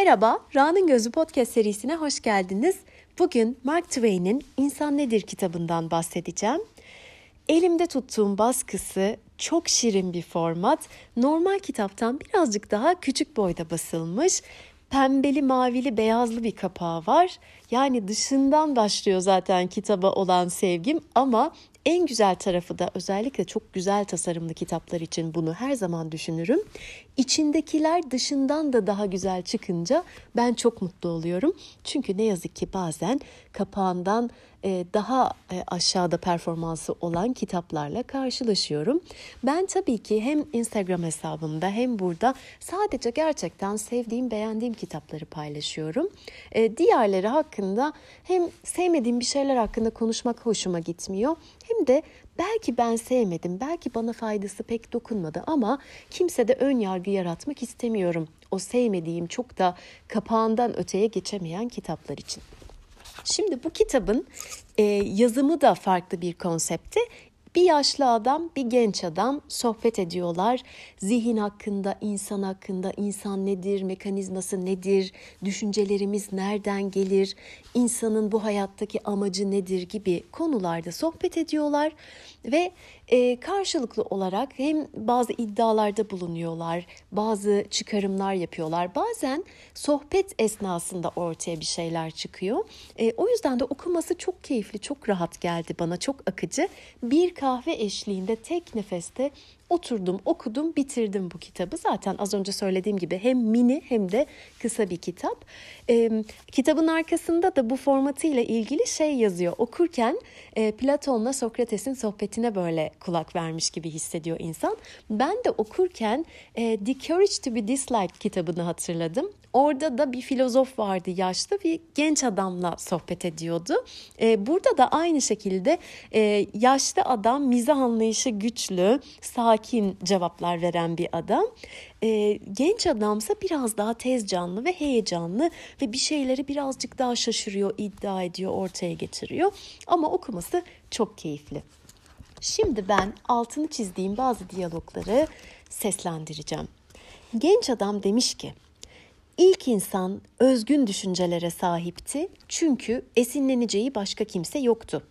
Merhaba, Ra'nın Gözü Podcast serisine hoş geldiniz. Bugün Mark Twain'in İnsan Nedir kitabından bahsedeceğim. Elimde tuttuğum baskısı çok şirin bir format. Normal kitaptan birazcık daha küçük boyda basılmış. Pembeli, mavili, beyazlı bir kapağı var. Yani dışından başlıyor zaten kitaba olan sevgim ama en güzel tarafı da özellikle çok güzel tasarımlı kitaplar için bunu her zaman düşünürüm. İçindekiler dışından da daha güzel çıkınca ben çok mutlu oluyorum. Çünkü ne yazık ki bazen kapağından daha aşağıda performansı olan kitaplarla karşılaşıyorum. Ben tabii ki hem Instagram hesabımda hem burada sadece gerçekten sevdiğim, beğendiğim kitapları paylaşıyorum. Diğerleri hakkında hem sevmediğim bir şeyler hakkında konuşmak hoşuma gitmiyor hem de belki ben sevmedim, belki bana faydası pek dokunmadı ama kimsede ön yargı yaratmak istemiyorum. O sevmediğim çok da kapağından öteye geçemeyen kitaplar için. Şimdi bu kitabın yazımı da farklı bir konsepte. Bir yaşlı adam, bir genç adam sohbet ediyorlar. Zihin hakkında, insan nedir, mekanizması nedir, düşüncelerimiz nereden gelir, insanın bu hayattaki amacı nedir gibi konularda sohbet ediyorlar. Ve karşılıklı olarak hem bazı iddialarda bulunuyorlar, bazı çıkarımlar yapıyorlar. Bazen sohbet esnasında ortaya bir şeyler çıkıyor. O yüzden de okuması çok keyifli, çok rahat geldi bana, çok akıcı. Bir kahve eşliğinde tek nefeste oturdum, okudum, bitirdim bu kitabı. Zaten az önce söylediğim gibi hem mini hem de kısa bir kitap. Kitabın arkasında da bu formatıyla ilgili şey yazıyor. Okurken Platon'la Sokrates'in sohbetine böyle kulak vermiş gibi hissediyor insan. Ben de okurken The Courage to be Disliked kitabını hatırladım. Orada da bir filozof vardı, yaşlı bir genç adamla sohbet ediyordu. Burada da aynı şekilde yaşlı adam mizah anlayışı güçlü, sakin cevaplar veren bir adam. Genç adamsa biraz daha tez canlı ve heyecanlı ve bir şeyleri birazcık daha şaşırıyor, iddia ediyor, ortaya getiriyor. Ama okuması çok keyifli. Şimdi ben altını çizdiğim bazı diyalogları seslendireceğim. Genç adam demiş ki, İlk insan özgün düşüncelere sahipti çünkü esinleneceği başka kimse yoktu.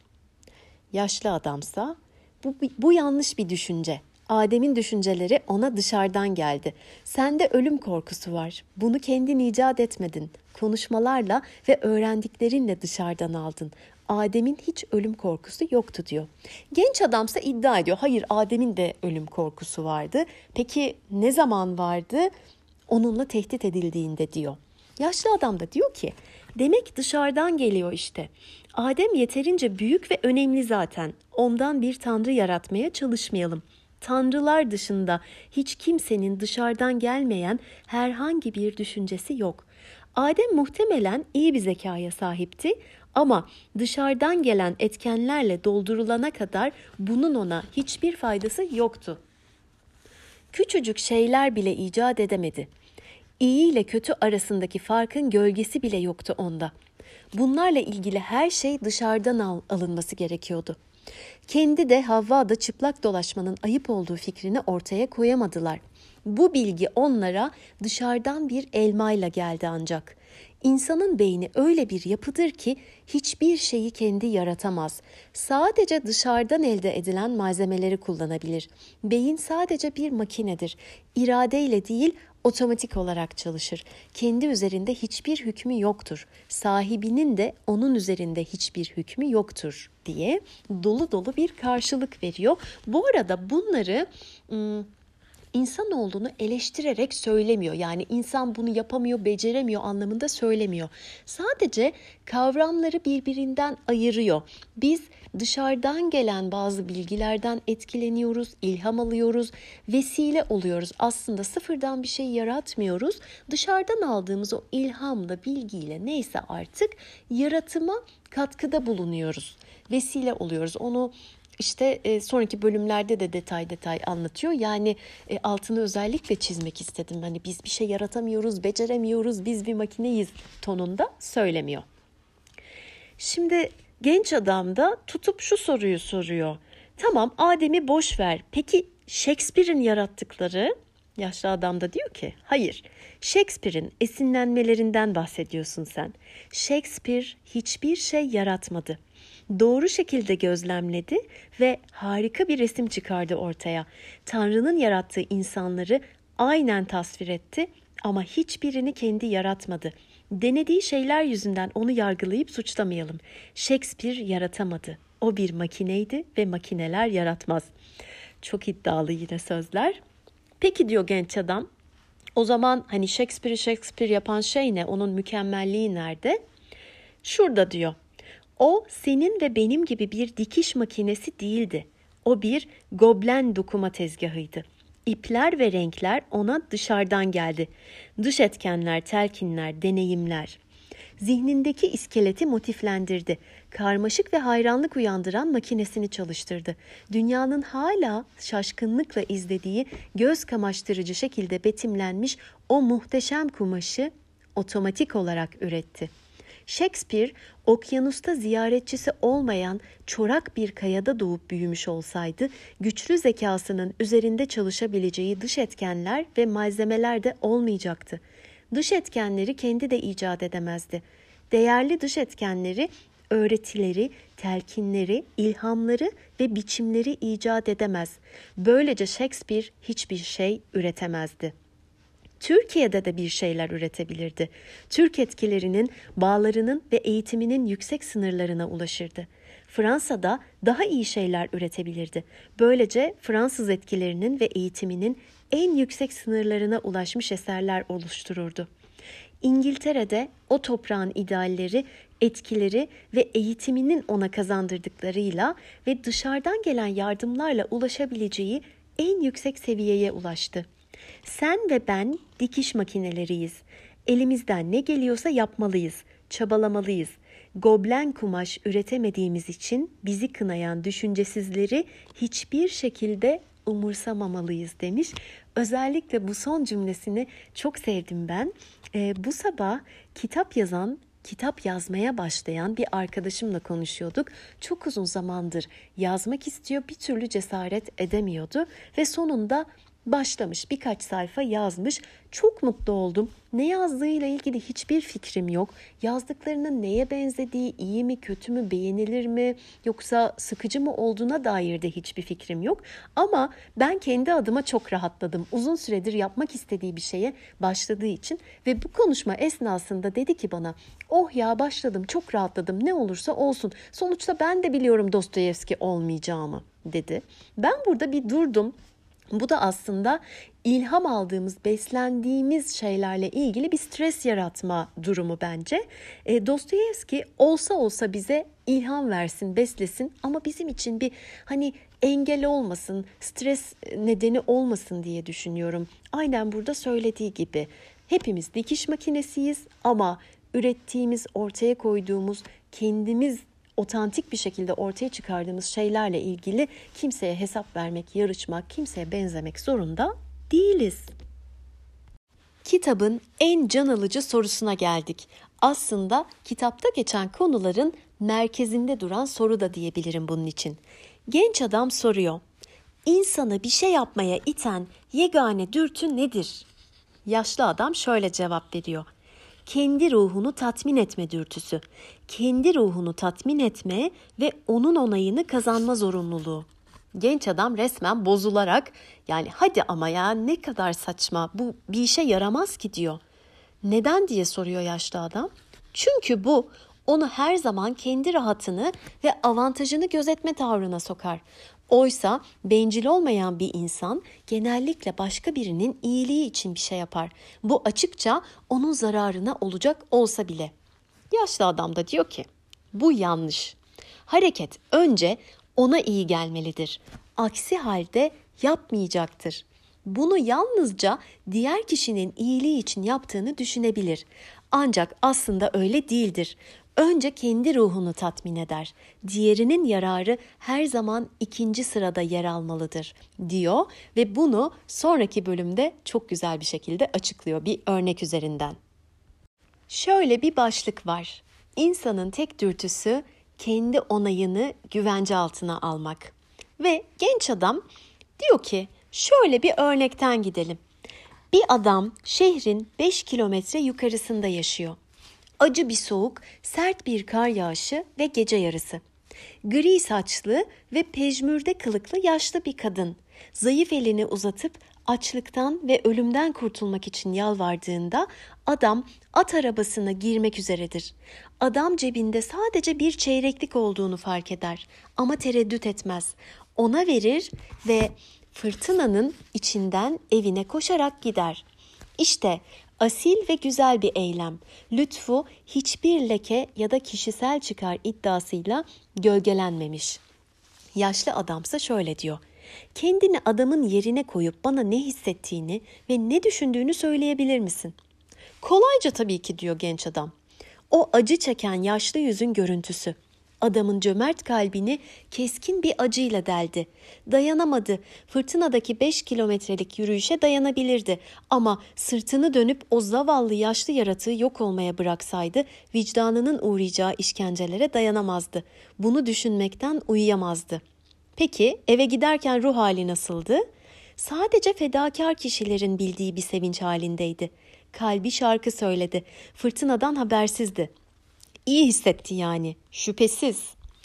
Yaşlı adamsa bu yanlış bir düşünce. Adem'in düşünceleri ona dışarıdan geldi. Sende ölüm korkusu var. Bunu kendin icat etmedin. Konuşmalarla ve öğrendiklerinle dışarıdan aldın. Adem'in hiç ölüm korkusu yoktu diyor. Genç adamsa iddia ediyor. Hayır, Adem'in de ölüm korkusu vardı. Peki ne zaman vardı? Onunla tehdit edildiğinde diyor. Yaşlı adam da diyor ki, demek dışarıdan geliyor işte. Adem yeterince büyük ve önemli zaten. Ondan bir tanrı yaratmaya çalışmayalım. Tanrılar dışında hiç kimsenin dışarıdan gelmeyen herhangi bir düşüncesi yok. Adem muhtemelen iyi bir zekaya sahipti ama dışarıdan gelen etkenlerle doldurulana kadar bunun ona hiçbir faydası yoktu. Küçücük şeyler bile icat edemedi. İyi ile kötü arasındaki farkın gölgesi bile yoktu onda. Bunlarla ilgili her şey dışarıdan alınması gerekiyordu. Kendi de Havva da çıplak dolaşmanın ayıp olduğu fikrini ortaya koyamadılar. Bu bilgi onlara dışarıdan bir elmayla geldi ancak. İnsanın beyni öyle bir yapıdır ki hiçbir şeyi kendi yaratamaz. Sadece dışarıdan elde edilen malzemeleri kullanabilir. Beyin sadece bir makinedir. İradeyle değil, otomatik olarak çalışır. Kendi üzerinde hiçbir hükmü yoktur. Sahibinin de onun üzerinde hiçbir hükmü yoktur diye dolu dolu bir karşılık veriyor. Bu arada bunları İnsanoğlunu eleştirerek söylemiyor. Yani insan bunu yapamıyor, beceremiyor anlamında söylemiyor. Sadece kavramları birbirinden ayırıyor. Biz dışarıdan gelen bazı bilgilerden etkileniyoruz, ilham alıyoruz, vesile oluyoruz. Aslında sıfırdan bir şey yaratmıyoruz. Dışarıdan aldığımız o ilhamla, bilgiyle neyse artık yaratıma katkıda bulunuyoruz. Vesile oluyoruz. Onu İşte sonraki bölümlerde de detay detay anlatıyor. Yani altını özellikle çizmek istedim. Hani biz bir şey yaratamıyoruz, beceremiyoruz, biz bir makineyiz tonunda söylemiyor. Şimdi genç adam da tutup şu soruyu soruyor. Tamam, Adem'i boş ver. Peki Shakespeare'in yarattıkları, Yaşlı adam da diyor ki, hayır, Shakespeare'in esinlenmelerinden bahsediyorsun sen. Shakespeare hiçbir şey yaratmadı. Doğru şekilde gözlemledi ve harika bir resim çıkardı ortaya. Tanrı'nın yarattığı insanları aynen tasvir etti ama hiçbirini kendi yaratmadı. Denediği şeyler yüzünden onu yargılayıp suçlamayalım. Shakespeare yaratamadı. O bir makineydi ve makineler yaratmaz. Çok iddialı yine sözler. Peki diyor genç adam, o zaman hani Shakespeare yapan şey ne? Onun mükemmelliği nerede? Şurada diyor. O senin ve benim gibi bir dikiş makinesi değildi. O bir Goblen dokuma tezgahıydı. İpler ve renkler ona dışarıdan geldi. Dış etkenler, telkinler, deneyimler. Zihnindeki iskeleti motiflendirdi. Karmaşık ve hayranlık uyandıran makinesini çalıştırdı. Dünyanın hala şaşkınlıkla izlediği göz kamaştırıcı şekilde betimlenmiş o muhteşem kumaşı otomatik olarak üretti. Shakespeare, okyanusta ziyaretçisi olmayan çorak bir kayada doğup büyümüş olsaydı, güçlü zekasının üzerinde çalışabileceği dış etkenler ve malzemeler de olmayacaktı. Dış etkenleri kendi de icat edemezdi. Değerli dış etkenleri, öğretileri, telkinleri, ilhamları ve biçimleri icat edemez. Böylece Shakespeare hiçbir şey üretemezdi. Türkiye'de de bir şeyler üretebilirdi. Türk etkilerinin, bağlarının ve eğitiminin yüksek sınırlarına ulaşırdı. Fransa'da daha iyi şeyler üretebilirdi. Böylece Fransız etkilerinin ve eğitiminin en yüksek sınırlarına ulaşmış eserler oluştururdu. İngiltere'de o toprağın idealleri, etkileri ve eğitiminin ona kazandırdıklarıyla ve dışarıdan gelen yardımlarla ulaşabileceği en yüksek seviyeye ulaştı. Sen ve ben dikiş makineleriyiz. Elimizden ne geliyorsa yapmalıyız, çabalamalıyız. Goblen kumaş üretemediğimiz için bizi kınayan düşüncesizleri hiçbir şekilde umursamamalıyız demiş. Özellikle bu son cümlesini çok sevdim ben. Bu sabah kitap yazmaya başlayan bir arkadaşımla konuşuyorduk. Çok uzun zamandır yazmak istiyor, bir türlü cesaret edemiyordu ve sonunda başlamış, birkaç sayfa yazmış. Çok mutlu oldum. Ne yazdığıyla ilgili hiçbir fikrim yok. Yazdıklarının neye benzediği, iyi mi, kötü mü, beğenilir mi, yoksa sıkıcı mı olduğuna dair de hiçbir fikrim yok. Ama ben kendi adıma çok rahatladım. Uzun süredir yapmak istediği bir şeye başladığı için ve bu konuşma esnasında dedi ki bana, "Oh ya, başladım, çok rahatladım. Ne olursa olsun. Sonuçta ben de biliyorum Dostoyevski olmayacağımı." dedi. Ben burada bir durdum. Bu da aslında ilham aldığımız, beslendiğimiz şeylerle ilgili bir stres yaratma durumu bence. Dostoyevski olsa bize ilham versin, beslesin ama bizim için bir engel olmasın, stres nedeni olmasın diye düşünüyorum. Aynen burada söylediği gibi hepimiz dikiş makinesiyiz ama ürettiğimiz, ortaya koyduğumuz, kendimiz otantik bir şekilde ortaya çıkardığımız şeylerle ilgili kimseye hesap vermek, yarışmak, kimseye benzemek zorunda değiliz. Kitabın en can alıcı sorusuna geldik. Aslında kitapta geçen konuların merkezinde duran soru da diyebilirim bunun için. Genç adam soruyor. İnsanı bir şey yapmaya iten yegane dürtü nedir? Yaşlı adam şöyle cevap veriyor. Kendi ruhunu tatmin etme dürtüsü. Kendi ruhunu tatmin etme ve onun onayını kazanma zorunluluğu. Genç adam resmen bozularak, yani hadi ama ya ne kadar saçma, bu bir işe yaramaz ki diyor. Neden diye soruyor yaşlı adam. Çünkü bu onu her zaman kendi rahatını ve avantajını gözetme tavrına sokar. Oysa bencil olmayan bir insan genellikle başka birinin iyiliği için bir şey yapar. Bu açıkça onun zararına olacak olsa bile. Yaşlı adam da diyor ki, bu yanlış. Hareket önce ona iyi gelmelidir. Aksi halde yapmayacaktır. Bunu yalnızca diğer kişinin iyiliği için yaptığını düşünebilir. Ancak aslında öyle değildir. Önce kendi ruhunu tatmin eder. Diğerinin yararı her zaman ikinci sırada yer almalıdır diyor ve bunu sonraki bölümde çok güzel bir şekilde açıklıyor bir örnek üzerinden. Şöyle bir başlık var. İnsanın tek dürtüsü kendi onayını güvence altına almak. Ve genç adam diyor ki şöyle bir örnekten gidelim. Bir adam şehrin 5 kilometre yukarısında yaşıyor. Acı bir soğuk, sert bir kar yağışı ve gece yarısı. Gri saçlı ve pejmürde kılıklı yaşlı bir kadın, zayıf elini uzatıp açlıktan ve ölümden kurtulmak için yalvardığında adam at arabasına girmek üzeredir. Adam cebinde sadece bir çeyreklik olduğunu fark eder ama tereddüt etmez. Ona verir ve fırtınanın içinden evine koşarak gider. İşte asil ve güzel bir eylem. Lütfu hiçbir leke ya da kişisel çıkar iddiasıyla gölgelenmemiş. Yaşlı adamsa şöyle diyor. Kendini adamın yerine koyup bana ne hissettiğini ve ne düşündüğünü söyleyebilir misin? Kolayca tabii ki diyor genç adam. O acı çeken yaşlı yüzün görüntüsü. Adamın cömert kalbini keskin bir acıyla deldi. Dayanamadı. Fırtınadaki 5 kilometrelik yürüyüşe dayanabilirdi. Ama sırtını dönüp o zavallı yaşlı yaratığı yok olmaya bıraksaydı vicdanının uğrayacağı işkencelere dayanamazdı. Bunu düşünmekten uyuyamazdı. Peki eve giderken ruh hali nasıldı? Sadece fedakar kişilerin bildiği bir sevinç halindeydi. Kalbi şarkı söyledi. Fırtınadan habersizdi. İyi hissetti yani, şüphesiz.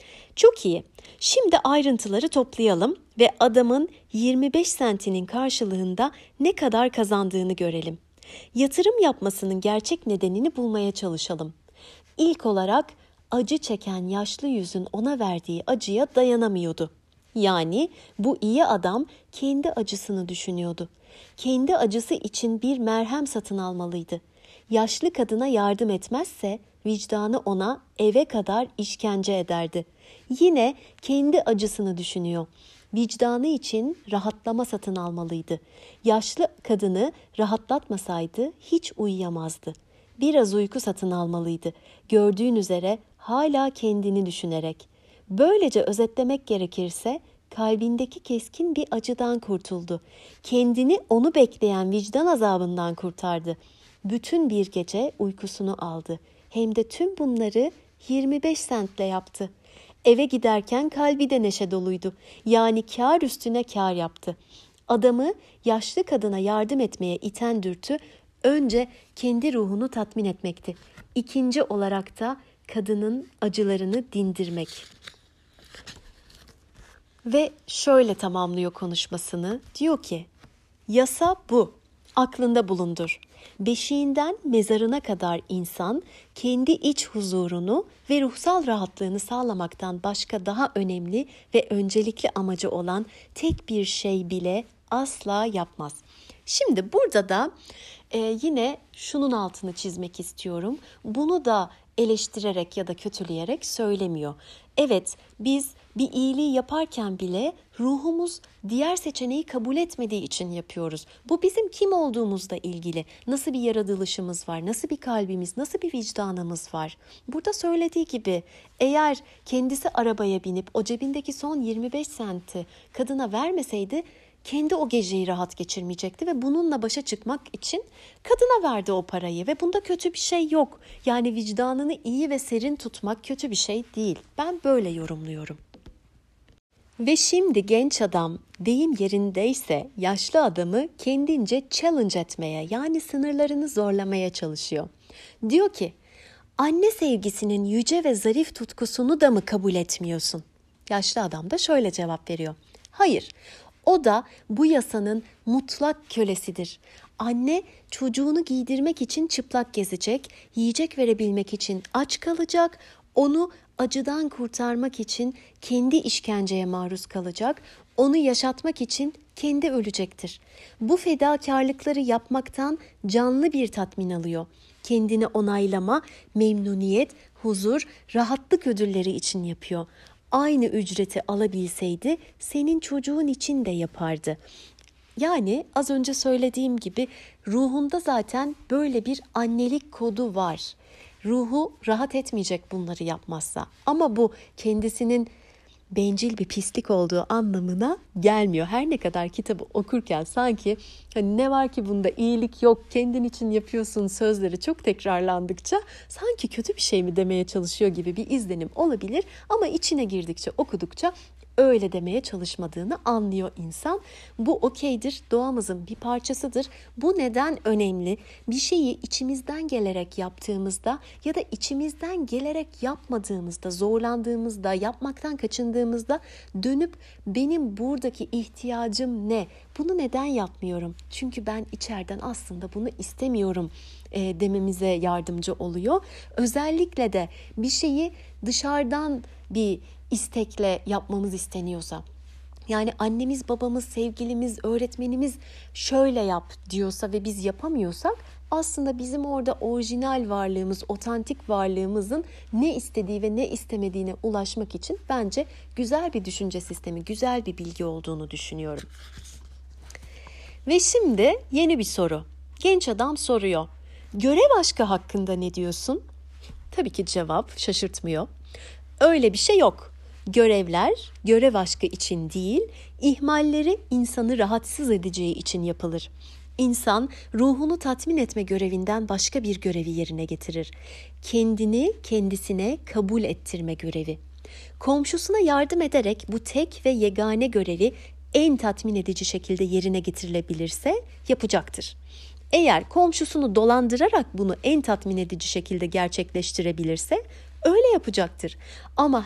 Çok iyi. Şimdi ayrıntıları toplayalım ve adamın 25 sentinin karşılığında ne kadar kazandığını görelim. Yatırım yapmasının gerçek nedenini bulmaya çalışalım. İlk olarak acı çeken yaşlı yüzün ona verdiği acıya dayanamıyordu. Yani bu iyi adam kendi acısını düşünüyordu. Kendi acısı için bir merhem satın almalıydı. Yaşlı kadına yardım etmezse vicdanı ona eve kadar işkence ederdi. Yine kendi acısını düşünüyor. Vicdanı için rahatlama satın almalıydı. Yaşlı kadını rahatlatmasaydı hiç uyuyamazdı. Biraz uyku satın almalıydı. Gördüğün üzere hala kendini düşünerek. Böylece özetlemek gerekirse kalbindeki keskin bir acıdan kurtuldu. Kendini onu bekleyen vicdan azabından kurtardı. Bütün bir gece uykusunu aldı. Hem de tüm bunları 25 sentle yaptı. Eve giderken kalbi de neşe doluydu. Yani kâr üstüne kâr yaptı. Adamı yaşlı kadına yardım etmeye iten dürtü önce kendi ruhunu tatmin etmekti. İkinci olarak da kadının acılarını dindirmek. Ve şöyle tamamlıyor konuşmasını. Diyor ki, yasa bu. Aklında bulundur. Beşiğinden mezarına kadar insan kendi iç huzurunu ve ruhsal rahatlığını sağlamaktan başka daha önemli ve öncelikli amacı olan tek bir şey bile asla yapmaz. Şimdi burada da yine şunun altını çizmek istiyorum. Bunu da eleştirerek ya da kötüleyerek söylemiyor. Evet, biz bir iyiliği yaparken bile ruhumuz diğer seçeneği kabul etmediği için yapıyoruz. Bu bizim kim olduğumuzla ilgili. Nasıl bir yaratılışımız var, nasıl bir kalbimiz, nasıl bir vicdanımız var. Burada söylediği gibi eğer kendisi arabaya binip o cebindeki son 25 senti kadına vermeseydi kendi o geceyi rahat geçirmeyecekti ve bununla başa çıkmak için kadına verdi o parayı ve bunda kötü bir şey yok. Yani vicdanını iyi ve serin tutmak kötü bir şey değil. Ben böyle yorumluyorum. Ve şimdi genç adam deyim yerindeyse yaşlı adamı kendince challenge etmeye yani sınırlarını zorlamaya çalışıyor. Diyor ki, anne sevgisinin yüce ve zarif tutkusunu da mı kabul etmiyorsun? Yaşlı adam da şöyle cevap veriyor. Hayır, o da bu yasanın mutlak kölesidir. Anne çocuğunu giydirmek için çıplak gezecek, yiyecek verebilmek için aç kalacak, onu acıdan kurtarmak için kendi işkenceye maruz kalacak, onu yaşatmak için kendi ölecektir. Bu fedakarlıkları yapmaktan canlı bir tatmin alıyor. Kendini onaylama, memnuniyet, huzur, rahatlık ödülleri için yapıyor. Aynı ücreti alabilseydi senin çocuğun için de yapardı. Yani az önce söylediğim gibi ruhunda zaten böyle bir annelik kodu var. Ruhu rahat etmeyecek bunları yapmazsa. Ama bu kendisinin bencil bir pislik olduğu anlamına gelmiyor. Her ne kadar kitabı okurken sanki hani ne var ki bunda iyilik yok, kendin için yapıyorsun sözleri çok tekrarlandıkça sanki kötü bir şey mi demeye çalışıyor gibi bir izlenim olabilir. Ama içine girdikçe, okudukça öyle demeye çalışmadığını anlıyor insan. Bu okeydir, doğamızın bir parçasıdır. Bu neden önemli? Bir şeyi içimizden gelerek yaptığımızda ya da içimizden gelerek yapmadığımızda, zorlandığımızda, yapmaktan kaçındığımızda dönüp benim buradaki ihtiyacım ne? Bunu neden yapmıyorum? Çünkü ben içeriden aslında bunu istemiyorum dememize yardımcı oluyor. Özellikle de bir şeyi dışarıdan bir istekle yapmamız isteniyorsa, yani annemiz, babamız, sevgilimiz, öğretmenimiz şöyle yap diyorsa ve biz yapamıyorsak aslında bizim orada orijinal varlığımız, otantik varlığımızın ne istediği ve ne istemediğine ulaşmak için bence güzel bir düşünce sistemi, güzel bir bilgi olduğunu düşünüyorum. Ve şimdi yeni bir soru. Genç adam soruyor. Görev aşkı hakkında ne diyorsun? Tabii ki cevap şaşırtmıyor. Öyle bir şey yok. Görevler görev aşkı için değil, ihmalleri insanı rahatsız edeceği için yapılır. İnsan ruhunu tatmin etme görevinden başka bir görevi yerine getirir. Kendini kendisine kabul ettirme görevi. Komşusuna yardım ederek bu tek ve yegane görevi en tatmin edici şekilde yerine getirilebilirse yapacaktır. Eğer komşusunu dolandırarak bunu en tatmin edici şekilde gerçekleştirebilirse öyle yapacaktır. Ama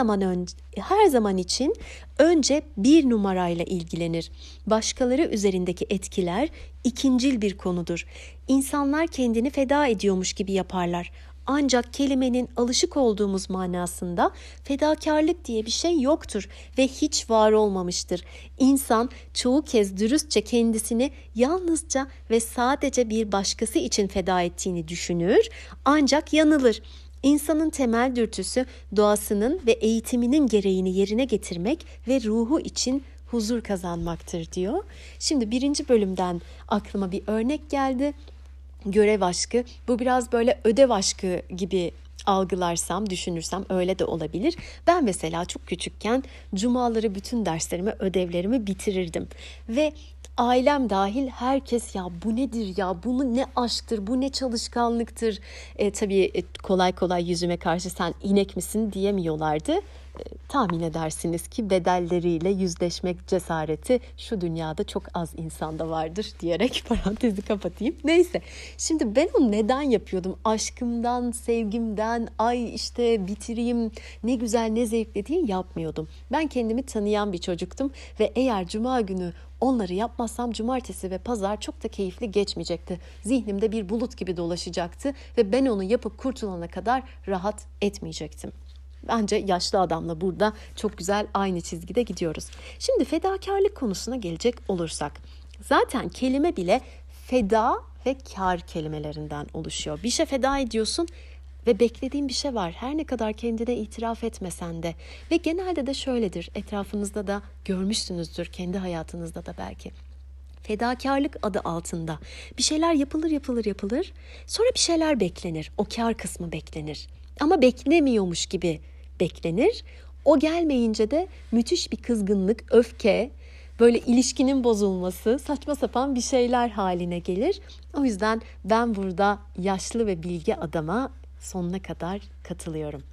her zaman için önce bir numarayla ilgilenir. Başkaları üzerindeki etkiler ikincil bir konudur. İnsanlar kendini feda ediyormuş gibi yaparlar. Ancak kelimenin alışık olduğumuz manasında fedakarlık diye bir şey yoktur ve hiç var olmamıştır. İnsan çoğu kez dürüstçe kendisini yalnızca ve sadece bir başkası için feda ettiğini düşünür, ancak yanılır. İnsanın temel dürtüsü doğasının ve eğitiminin gereğini yerine getirmek ve ruhu için huzur kazanmaktır diyor. Şimdi 1. bölümden aklıma bir örnek geldi. Görev aşkı. Bu biraz böyle ödev aşkı gibi algılarsam, düşünürsem öyle de olabilir. Ben mesela çok küçükken cumaları bütün derslerimi, ödevlerimi bitirirdim. Ve ailem dahil herkes ya bu nedir ya, bunu ne aşktır, bu ne çalışkanlıktır. Tabii kolay kolay yüzüme karşı sen inek misin diyemiyorlardı. Tahmin edersiniz ki bedelleriyle yüzleşmek cesareti şu dünyada çok az insanda vardır diyerek parantezi kapatayım. Neyse, şimdi ben onu neden yapıyordum? Aşkımdan, sevgimden, ay işte bitireyim, ne güzel ne zevkli diye yapmıyordum. Ben kendimi tanıyan bir çocuktum ve eğer cuma günü onları yapmazsam cumartesi ve pazar çok da keyifli geçmeyecekti. Zihnimde bir bulut gibi dolaşacaktı ve ben onu yapıp kurtulana kadar rahat etmeyecektim. Bence yaşlı adamla burada çok güzel aynı çizgide gidiyoruz. Şimdi fedakarlık konusuna gelecek olursak. Zaten kelime bile feda ve kar kelimelerinden oluşuyor. Bir şey feda ediyorsun ve beklediğin bir şey var. Her ne kadar kendine itiraf etmesen de. Ve genelde de şöyledir. Etrafınızda da görmüşsünüzdür, kendi hayatınızda da belki. Fedakarlık adı altında bir şeyler yapılır. Sonra bir şeyler beklenir. O kar kısmı beklenir. Ama beklemiyormuş gibi beklenir. O gelmeyince de müthiş bir kızgınlık, öfke, böyle ilişkinin bozulması, saçma sapan bir şeyler haline gelir. O yüzden ben burada yaşlı ve bilge adama sonuna kadar katılıyorum.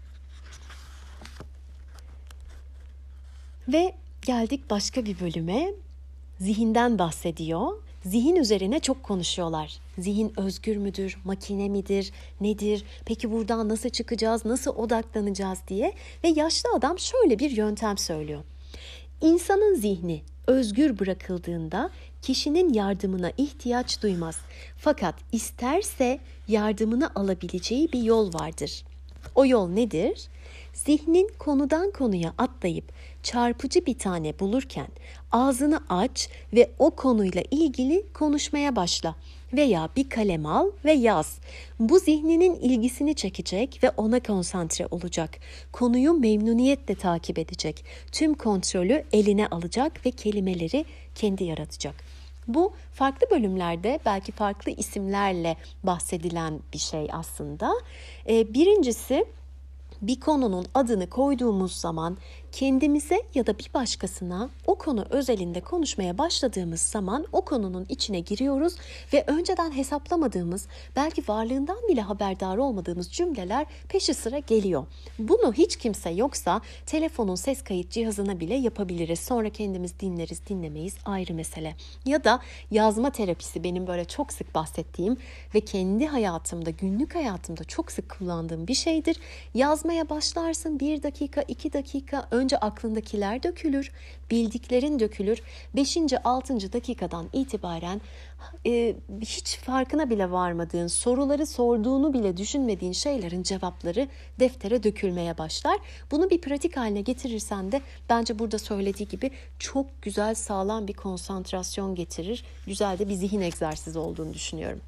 Ve geldik başka bir bölüme. Zihinden bahsediyor. Zihin üzerine çok konuşuyorlar. Zihin özgür müdür, makine midir, nedir? Peki buradan nasıl çıkacağız, nasıl odaklanacağız diye. Ve yaşlı adam şöyle bir yöntem söylüyor. İnsanın zihni özgür bırakıldığında kişinin yardımına ihtiyaç duymaz. Fakat isterse yardımını alabileceği bir yol vardır. O yol nedir? Zihnin konudan konuya atlayıp çarpıcı bir tane bulurken ağzını aç ve o konuyla ilgili konuşmaya başla. Veya bir kalem al ve yaz. Bu zihninin ilgisini çekecek ve ona konsantre olacak. Konuyu memnuniyetle takip edecek. Tüm kontrolü eline alacak ve kelimeleri kendi yaratacak. Bu farklı bölümlerde belki farklı isimlerle bahsedilen bir şey aslında. Birincisi, bir konunun adını koyduğumuz zaman Kendimize ya da bir başkasına o konu özelinde konuşmaya başladığımız zaman o konunun içine giriyoruz ve önceden hesaplamadığımız, belki varlığından bile haberdar olmadığımız cümleler peşi sıra geliyor. Bunu hiç kimse yoksa telefonun ses kayıt cihazına bile yapabiliriz. Sonra kendimiz dinleriz, dinlemeyiz, ayrı mesele. Ya da yazma terapisi, benim böyle çok sık bahsettiğim ve kendi hayatımda, günlük hayatımda çok sık kullandığım bir şeydir. Yazmaya başlarsın, 1 dakika, 2 dakika önce aklındakiler dökülür, bildiklerin dökülür. 5. 6. dakikadan itibaren hiç farkına bile varmadığın, soruları sorduğunu bile düşünmediğin şeylerin cevapları deftere dökülmeye başlar. Bunu bir pratik haline getirirsen de bence burada söylediği gibi çok güzel, sağlam bir konsantrasyon getirir. Güzel de bir zihin egzersizi olduğunu düşünüyorum.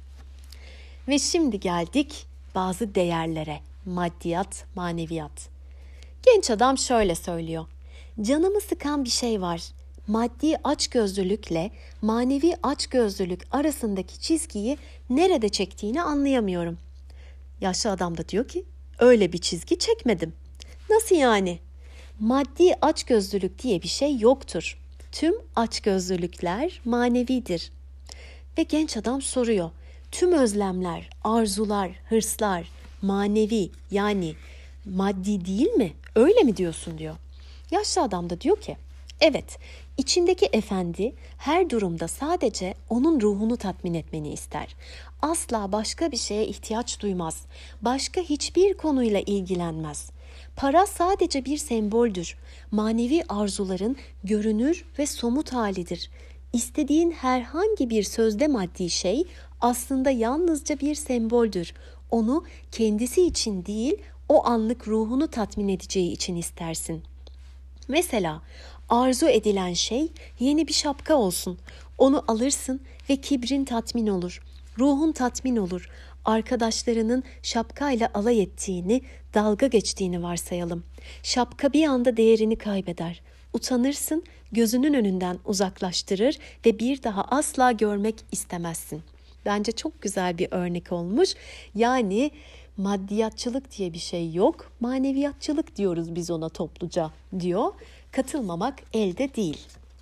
Ve şimdi geldik bazı değerlere. Maddiyat, maneviyat. Genç adam şöyle söylüyor. Canımı sıkan bir şey var. Maddi açgözlülükle manevi açgözlülük arasındaki çizgiyi nerede çektiğini anlayamıyorum. Yaşlı adam da diyor ki, öyle bir çizgi çekmedim. Nasıl yani? Maddi açgözlülük diye bir şey yoktur. Tüm açgözlülükler manevidir. Ve genç adam soruyor. Tüm özlemler, arzular, hırslar manevi, yani maddi değil mi? Öyle mi diyorsun diyor. Yaşlı adam da diyor ki, evet, içindeki efendi her durumda sadece onun ruhunu tatmin etmeni ister. Asla başka bir şeye ihtiyaç duymaz. Başka hiçbir konuyla ilgilenmez. Para sadece bir semboldür. Manevi arzuların görünür ve somut halidir. İstediğin herhangi bir sözde maddi şey aslında yalnızca bir semboldür. Onu kendisi için değil, o anlık ruhunu tatmin edeceği için istersin. Mesela arzu edilen şey yeni bir şapka olsun. Onu alırsın ve kibrin tatmin olur. Ruhun tatmin olur. Arkadaşlarının şapkayla alay ettiğini, dalga geçtiğini varsayalım. Şapka bir anda değerini kaybeder. Utanırsın, gözünün önünden uzaklaştırır ve bir daha asla görmek istemezsin. Bence çok güzel bir örnek olmuş. Yani maddiyatçılık diye bir şey yok. Maneviyatçılık diyoruz biz ona topluca diyor. Katılmamak elde değil.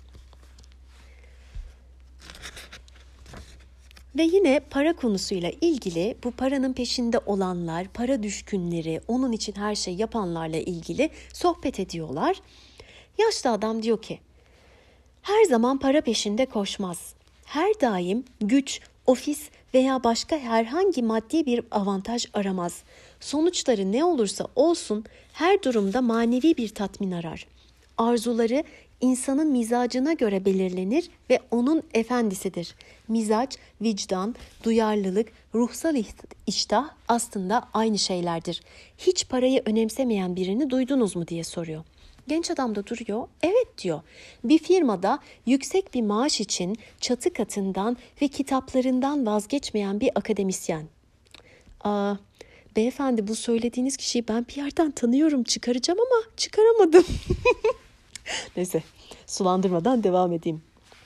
Ve yine para konusuyla ilgili bu paranın peşinde olanlar, para düşkünleri, onun için her şey yapanlarla ilgili sohbet ediyorlar. Yaşlı adam diyor ki, her zaman para peşinde koşmaz. Her daim güç, ofis veya başka herhangi maddi bir avantaj aramaz. Sonuçları ne olursa olsun her durumda manevi bir tatmin arar. Arzuları insanın mizacına göre belirlenir ve onun efendisidir. Mizaç, vicdan, duyarlılık, ruhsal iştah aslında aynı şeylerdir. Hiç parayı önemsemeyen birini duydunuz mu diye soruyor. Genç adam da duruyor. Evet diyor. Bir firmada yüksek bir maaş için çatı katından ve kitaplarından vazgeçmeyen bir akademisyen. Beyefendi, bu söylediğiniz kişiyi ben bir yerden tanıyorum, çıkaracağım ama çıkaramadım. Neyse, sulandırmadan devam edeyim.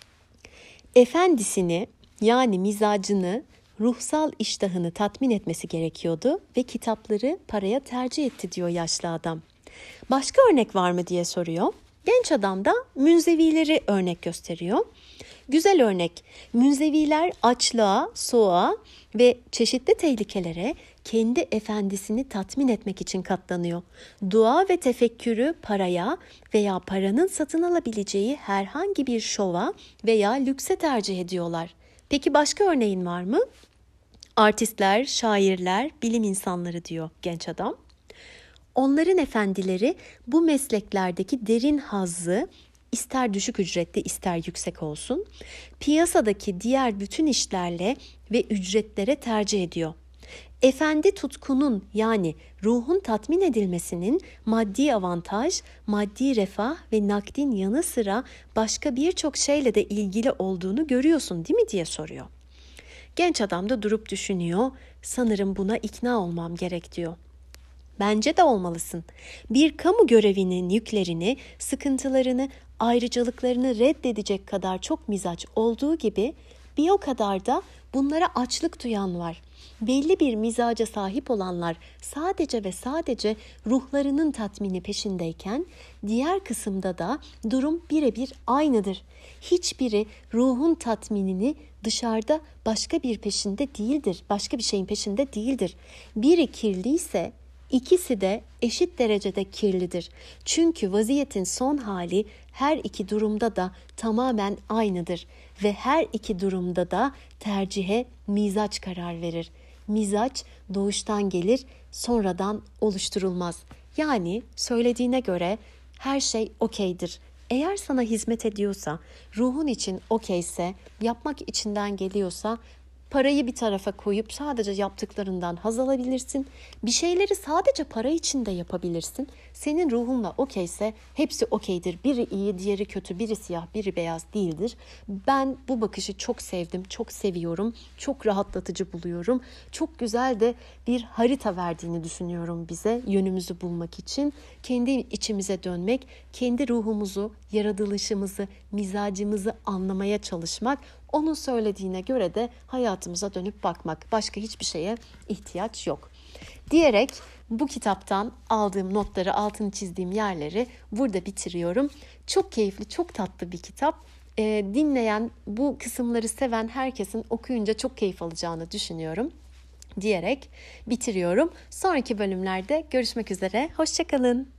Efendisini, yani mizacını, ruhsal iştahını tatmin etmesi gerekiyordu ve kitapları paraya tercih etti diyor yaşlı adam. Başka örnek var mı diye soruyor. Genç adam da münzevileri örnek gösteriyor. Güzel örnek. Münzeviler açlığa, soğuğa ve çeşitli tehlikelere kendi efendisini tatmin etmek için katlanıyor. Dua ve tefekkürü paraya veya paranın satın alabileceği herhangi bir şova veya lükse tercih ediyorlar. Peki başka örneğin var mı? Artistler, şairler, bilim insanları diyor genç adam. Onların efendileri bu mesleklerdeki derin hazzı, ister düşük ücretli ister yüksek olsun, piyasadaki diğer bütün işlerle ve ücretlere tercih ediyor. Efendi tutkunun, yani ruhun tatmin edilmesinin maddi avantaj, maddi refah ve nakdin yanı sıra başka birçok şeyle de ilgili olduğunu görüyorsun değil mi diye soruyor. Genç adam da durup düşünüyor. Sanırım buna ikna olmam gerek diyor. Bence de olmalısın. Bir kamu görevinin yüklerini, sıkıntılarını, ayrıcalıklarını reddedecek kadar çok mizaç olduğu gibi bir o kadar da Bunlara açlık duyan var. Belli bir mizaca sahip olanlar sadece ve sadece ruhlarının tatmini peşindeyken diğer kısımda da durum birebir aynıdır. Hiçbiri ruhun tatminini dışarıda başka bir peşinde değildir. Başka bir şeyin peşinde değildir. Biri kirliyse İkisi de eşit derecede kirlidir. Çünkü vaziyetin son hali her iki durumda da tamamen aynıdır ve her iki durumda da tercihe mizaç karar verir. Mizaç doğuştan gelir, sonradan oluşturulmaz. Yani söylediğine göre her şey okeydir. Eğer sana hizmet ediyorsa, ruhun için okeyse, yapmak içinden geliyorsa, parayı bir tarafa koyup sadece yaptıklarından haz alabilirsin. Bir şeyleri sadece para için de yapabilirsin. Senin ruhunla okeyse hepsi okeydir. Biri iyi, diğeri kötü, biri siyah, biri beyaz değildir. Ben bu bakışı çok sevdim, çok seviyorum. Çok rahatlatıcı buluyorum. Çok güzel de bir harita verdiğini düşünüyorum bize yönümüzü bulmak için. Kendi içimize dönmek, kendi ruhumuzu, yaratılışımızı, mizacımızı anlamaya çalışmak. Onun söylediğine göre de hayatımıza dönüp bakmak. Başka hiçbir şeye ihtiyaç yok. Diyerek bu kitaptan aldığım notları, altını çizdiğim yerleri burada bitiriyorum. Çok keyifli, çok tatlı bir kitap. Dinleyen, bu kısımları seven herkesin okuyunca çok keyif alacağını düşünüyorum. Diyerek bitiriyorum. Sonraki bölümlerde görüşmek üzere. Hoşça kalın.